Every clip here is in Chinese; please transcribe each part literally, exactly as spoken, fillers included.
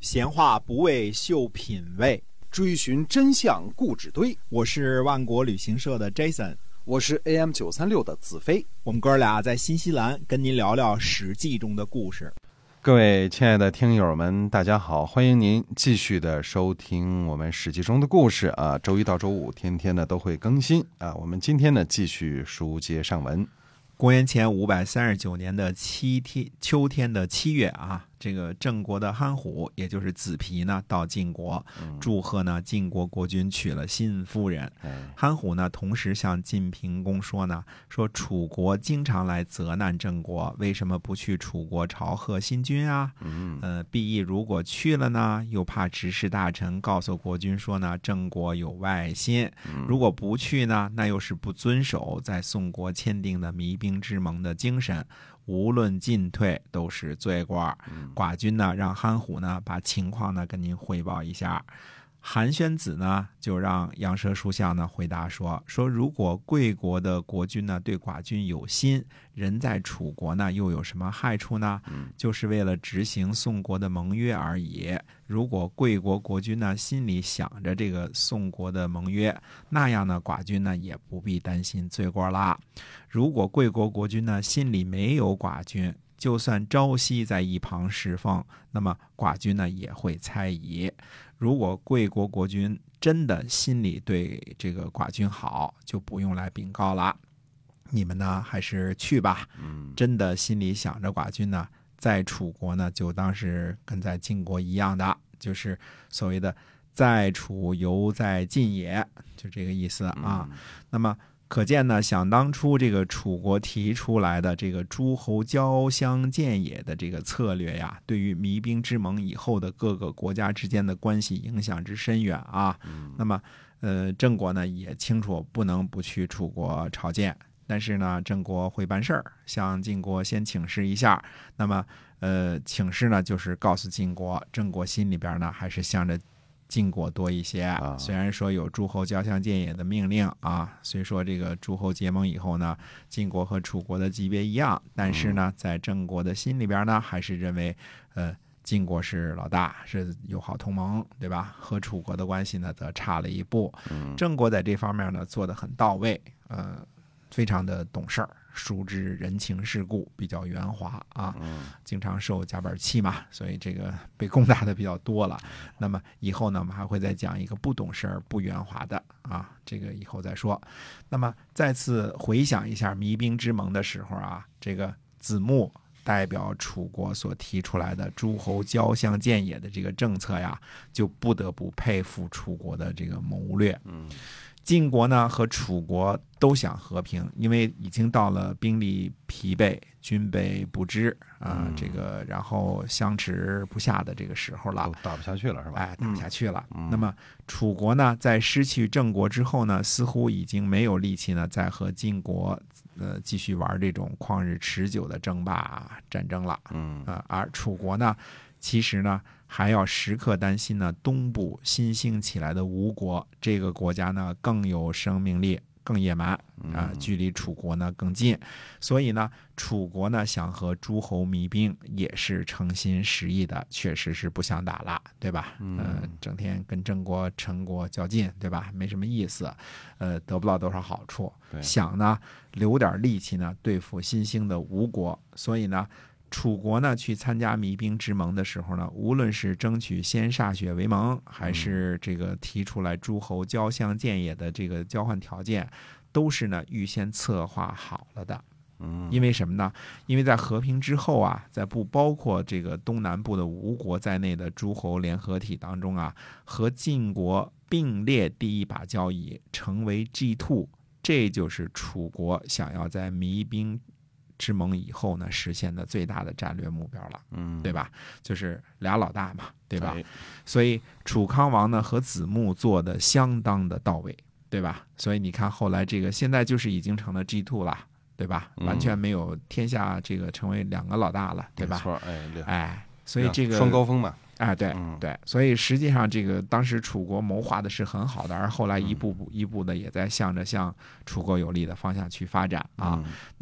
闲话不为秀品味， 追寻真相故纸堆。 我是万国旅行社的 Jason， 我是 A M 九三六 的子飞。 我们哥俩在新西兰跟您聊聊史记中的故事。 各位亲爱的听友们，大家好，欢迎您继续的收听我们史记中的故事啊，周一到周五天天呢都会更新啊。我们今天呢继续书接上文。 公元前五百三十九年的七天秋天的七月啊，这个郑国的憨虎，也就是子皮呢，到晋国祝贺呢晋国国君娶了新夫人。憨虎呢，同时向晋平公说呢，说楚国经常来责难郑国，为什么不去楚国朝贺新君啊？呃，毕义如果去了呢，又怕执事大臣告诉国君说呢，郑国有外心；如果不去呢，那又是不遵守在宋国签订的弭兵之盟的精神。无论进退都是罪过。寡君呢让憨虎呢把情况呢跟您汇报一下。韩宣子呢就让杨舌书相呢回答说说如果贵国的国君呢对寡君有心，人在楚国呢又有什么害处呢？就是为了执行宋国的盟约而已。如果贵国国君呢心里想着这个宋国的盟约，那样呢寡君呢也不必担心罪过啦。如果贵国国君呢心里没有寡君，就算朝夕在一旁侍奉，那么寡君呢也会猜疑。如果贵国国君真的心里对这个寡君好，就不用来禀告了。你们呢还是去吧。真的心里想着寡君呢，在楚国呢就当是跟在晋国一样的，就是所谓的在楚犹在晋也，就这个意思啊。那么可见呢，想当初这个楚国提出来的这个诸侯交相见也的这个策略呀，对于弭兵之盟以后的各个国家之间的关系影响之深远啊。那么，呃，郑国呢也清楚不能不去楚国朝见，但是呢，郑国会办事儿，向晋国先请示一下。那么，呃，请示呢就是告诉晋国，郑国心里边呢还是向着晋国多一些。虽然说有诸侯交相见也的命令啊，虽说这个诸侯结盟以后呢，晋国和楚国的级别一样，但是呢，在郑国的心里边呢，还是认为呃晋国是老大，是友好同盟，对吧？和楚国的关系呢，则差了一步。郑国在这方面呢做得很到位，呃，非常的懂事儿，熟知人情世故，比较圆滑啊，经常受夹板气嘛，所以这个被攻打的比较多了。那么以后呢，我们还会再讲一个不懂事儿、不圆滑的啊，这个以后再说。那么再次回想一下弭兵之盟的时候啊，这个子木代表楚国所提出来的诸侯交相见也的这个政策呀，就不得不佩服楚国的这个谋略。嗯。晋国呢和楚国都想和平，因为已经到了兵力疲惫、军备不支啊、呃，这个然后相持不下的这个时候了， 都打不下去了，是吧？ 哎，打不下去了。嗯、那么楚国呢，在失去郑国之后呢，似乎已经没有力气呢，再和晋国呃继续玩这种旷日持久的争霸战争了。嗯啊、呃，而楚国呢，其实呢，还要时刻担心呢，东部新兴起来的吴国，这个国家呢更有生命力，更野蛮啊、呃，距离楚国呢更近，所以呢，楚国呢想和诸侯弭兵也是诚心实意的，确实是不想打了，对吧？呃，整天跟郑国、陈国较劲，对吧？没什么意思，呃，得不到多少好处。想呢留点力气呢对付新兴的吴国，所以呢。楚国呢去参加弭兵之盟的时候呢，无论是争取先歃血为盟，还是这个提出来诸侯交相见也的这个交换条件，都是呢预先策划好了的。因为什么呢？因为在和平之后啊，在不包括这个东南部的吴国在内的诸侯联合体当中啊，和晋国并列第一把交椅，成为 G 二， 这就是楚国想要在弭兵之盟以后呢，实现的最大的战略目标了，嗯，对吧？就是俩老大嘛，对吧？所以楚康王呢和子木做的相当的到位，对吧？所以你看后来这个现在就是已经成了 G 二 了，对吧？完全没有天下这个成为两个老大了，对吧？没错， 哎， 哎，所以这个双高峰嘛。 哎，对对，所以实际上这个当时楚国谋划的是很好的，而后来一步步一步的也在向着向楚国有利的方向去发展啊。那么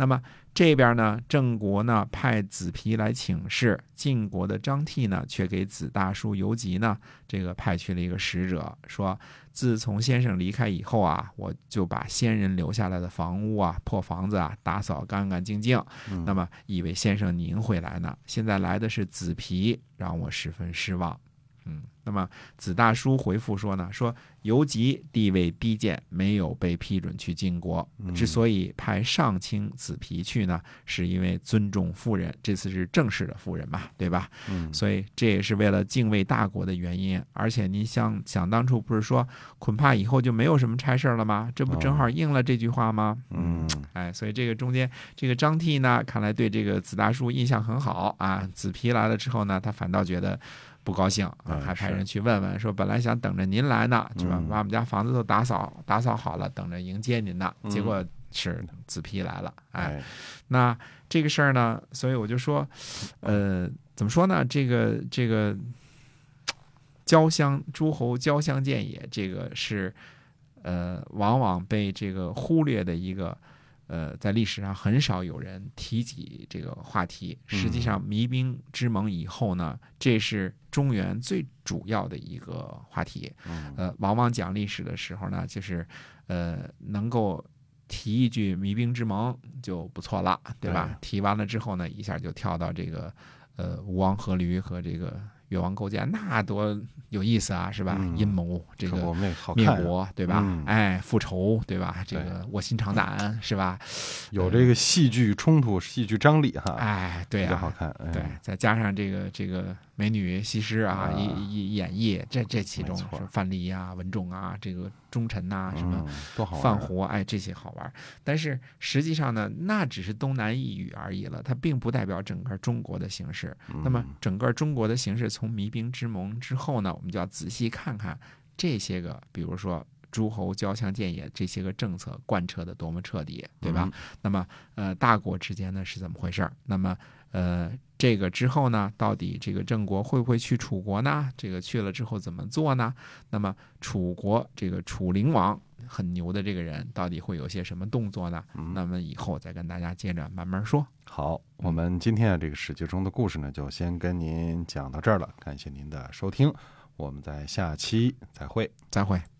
这边呢，郑国呢派子皮来请示，晋国的张替呢却给子大叔游吉呢这个派去了一个使者，说自从先生离开以后啊，我就把先人留下来的房屋啊、破房子啊打扫干干净净， 嗯、 那么以为先生您会来呢，现在来的是子皮，让我十分失望。嗯，那么子大叔回复说呢，说游吉地位低贱，没有被批准去晋国，之所以派上卿子皮去呢，是因为尊重夫人，这次是正式的夫人嘛，对吧？ 嗯， 所以这也是为了敬畏大国的原因。而且您想想当初不是说恐怕以后就没有什么差事了吗？这不正好应了这句话吗？ 嗯， 哎，所以这个中间这个张替呢，看来对这个子大叔印象很好啊。子皮来了之后呢，他反倒觉得不高兴啊，还派人去问问，说本来想等着您来呢，是吧？把我们家房子都打扫打扫好了，等着迎接您呢。结果是子皮来了，哎，那这个事儿呢，所以我就说，呃，怎么说呢？这个这个交相诸侯交相见也，这个是呃，往往被这个忽略的一个。呃，在历史上很少有人提及这个话题。实际上，弭兵之盟以后呢，这是中原最主要的一个话题。呃，往往讲历史的时候呢，就是呃，能够提一句弭兵之盟就不错了，对吧？提完了之后呢，一下就跳到这个呃吴王阖闾和这个越王勾践，那多有意思啊，是吧？ 嗯、 阴谋，这个灭国，对吧？ 嗯、 哎，复仇，对吧？这个卧薪尝胆，是吧？ 有这个戏剧冲突、戏剧张力哈。 哎，对啊， 比较好看。哎、 对，再加上这个这个美女西施啊，啊一一演绎，这这其中是范蠡啊、文种啊，这个忠臣呐、啊，什么范活，哎，这些好玩。但是实际上呢，那只是东南一隅而已了，它并不代表整个中国的形势。 嗯、 那么整个中国的形势从弭兵之盟之后呢，我们就要仔细看看这些个，比如说诸侯交相见也这些个政策贯彻的多么彻底，对吧？嗯、那么呃，大国之间呢是怎么回事？那么呃，这个之后呢，到底这个郑国会不会去楚国呢？这个去了之后怎么做呢？那么楚国这个楚灵王很牛的这个人，到底会有些什么动作呢？嗯、那么以后再跟大家接着慢慢说。 好，我们今天的这个史记中的故事呢，就先跟您讲到这儿了，感谢您的收听，我们在下期再会， 再会。